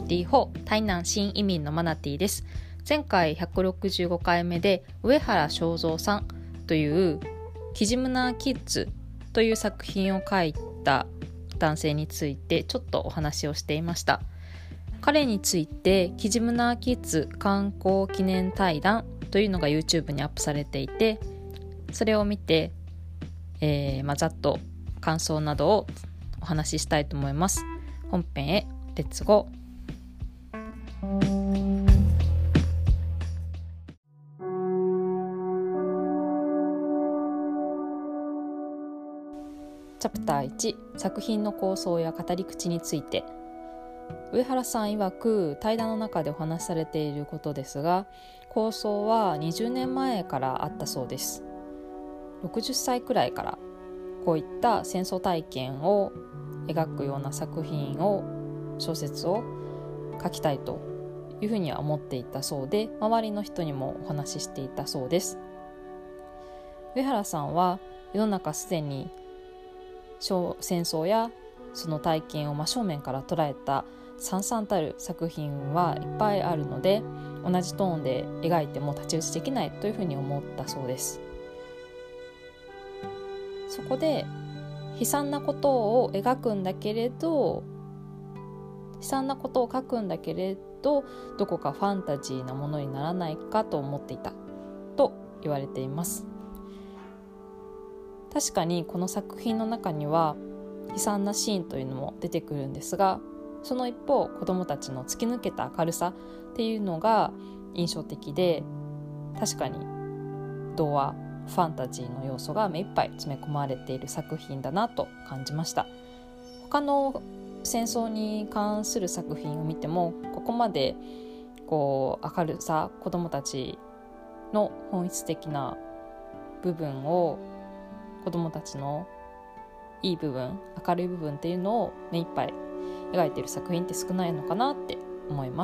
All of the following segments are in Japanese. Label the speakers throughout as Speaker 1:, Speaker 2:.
Speaker 1: リーホー台南新移民のマナティです。前回165回目で上原正三さんというキジムナーキッズという作品を書いた男性についてちょっとお話をしていました。彼についてキジムナーキッズ観光記念対談というのが YouTube にアップされていて、それを見て、ざっと感想などをお話ししたいと思います。本編へレッツゴー。チャプター1、作品の構想や語り口について。上原さん曰く対談の中でお話しされていることですが、構想は20年前からあったそうです。60歳くらいからこういった戦争体験を描くような作品を、小説を書きたいというふうには思っていたそうで、周りの人にもお話ししていたそうです。上原さんは世の中すでに戦争やその体験を真正面から捉えた燦々たる作品はいっぱいあるので、同じトーンで描いても太刀打ちできないというふうに思ったそうです。そこで悲惨なことを描くんだけれど、悲惨なことを書くんだけれど、どこかファンタジーなものにならないかと思っていたと言われています。確かにこの作品の中には悲惨なシーンというのも出てくるんですが、その一方子どもたちの突き抜けた明るさっていうのが印象的で、確かに童話ファンタジーの要素が目いっぱい詰め込まれている作品だなと感じました。他の戦争に関する作品を見てもここまで明るさ、子どもたちの本質的な部分を、子どもたちのいい部分、明るい部分っていうのを目いっぱい描いている作品って少ないのかなって思います。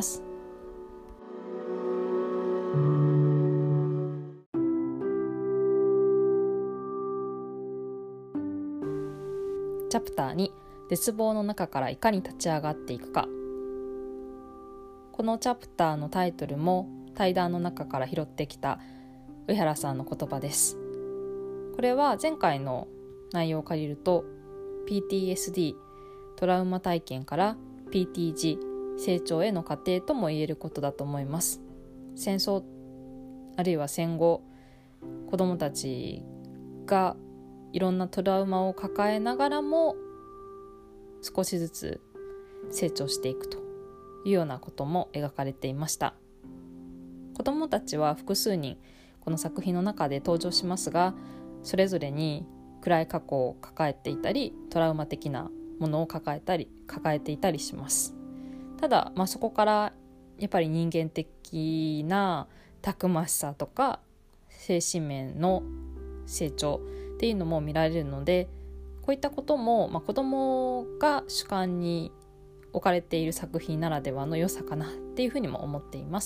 Speaker 1: チャプター2、絶望の中からいかに立ち上がっていくか。このチャプターのタイトルも対談の中から拾ってきた上原さんの言葉です。これは前回の内容を借りると PTSD トラウマ体験から PTG 成長への過程とも言えることだと思います。戦争あるいは戦後、子どもたちがいろんなトラウマを抱えながらも少しずつ成長していくというようなことも描かれていました。子どもたちは複数人この作品の中で登場しますが、それぞれに暗い過去を抱えていたり、トラウマ的なものを抱えていたりします。ただ、そこからやっぱり人間的なたくましさとか精神面の成長っていうのも見られるので、こういったことも、子どもが主観に置かれている作品ならではの良さかなっていうふうにも思っています。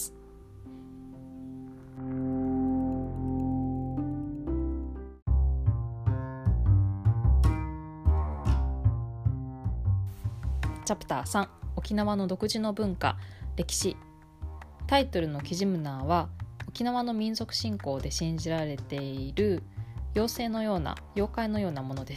Speaker 1: チャプター3、沖縄の独自の文化、歴史。タイトルのキジムナーは沖縄の民族信仰で信じられている妖怪のようなものです。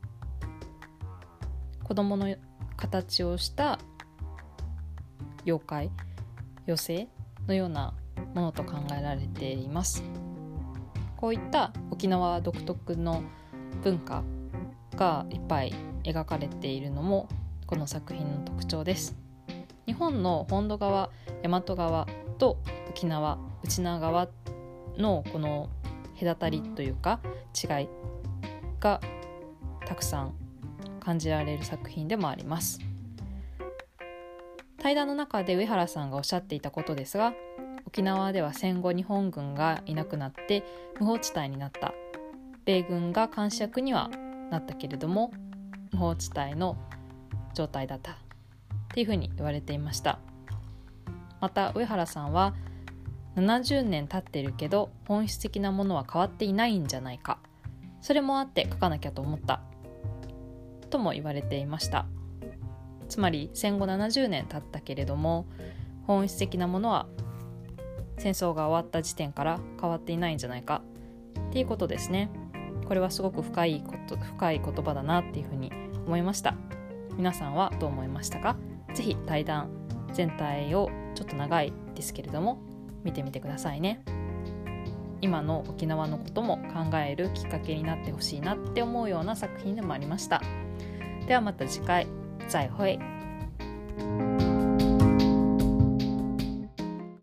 Speaker 1: 子供の形をした妖怪、妖精のようなものと考えられています。こういった沖縄独特の文化がいっぱい描かれているのもこの作品の特徴です。日本の本土側、大和側と沖縄、内縄側のこの隔たりというか違いがたくさん感じられる作品でもあります。対談の中で上原さんがおっしゃっていたことですが、沖縄では戦後日本軍がいなくなって無法地帯になった。米軍が監視役にはなったけれども無法地帯の状態だったっていうふうに言われていました。また上原さんは70年経ってるけど本質的なものは変わっていないんじゃないか、それもあって書かなきゃと思ったとも言われていました。 つまり戦後70年経ったけれども、本質的なものは戦争が終わった時点から変わっていないんじゃないかっていうことですね。これはすごく深い言葉だなっていうふうに思いました。皆さんはどう思いましたか？ぜひ対談全体をちょっと長いですけれども見てみてくださいね。今の沖縄のことも考えるきっかけになってほしいなって思うような作品でもありました。ではまた次回、再会。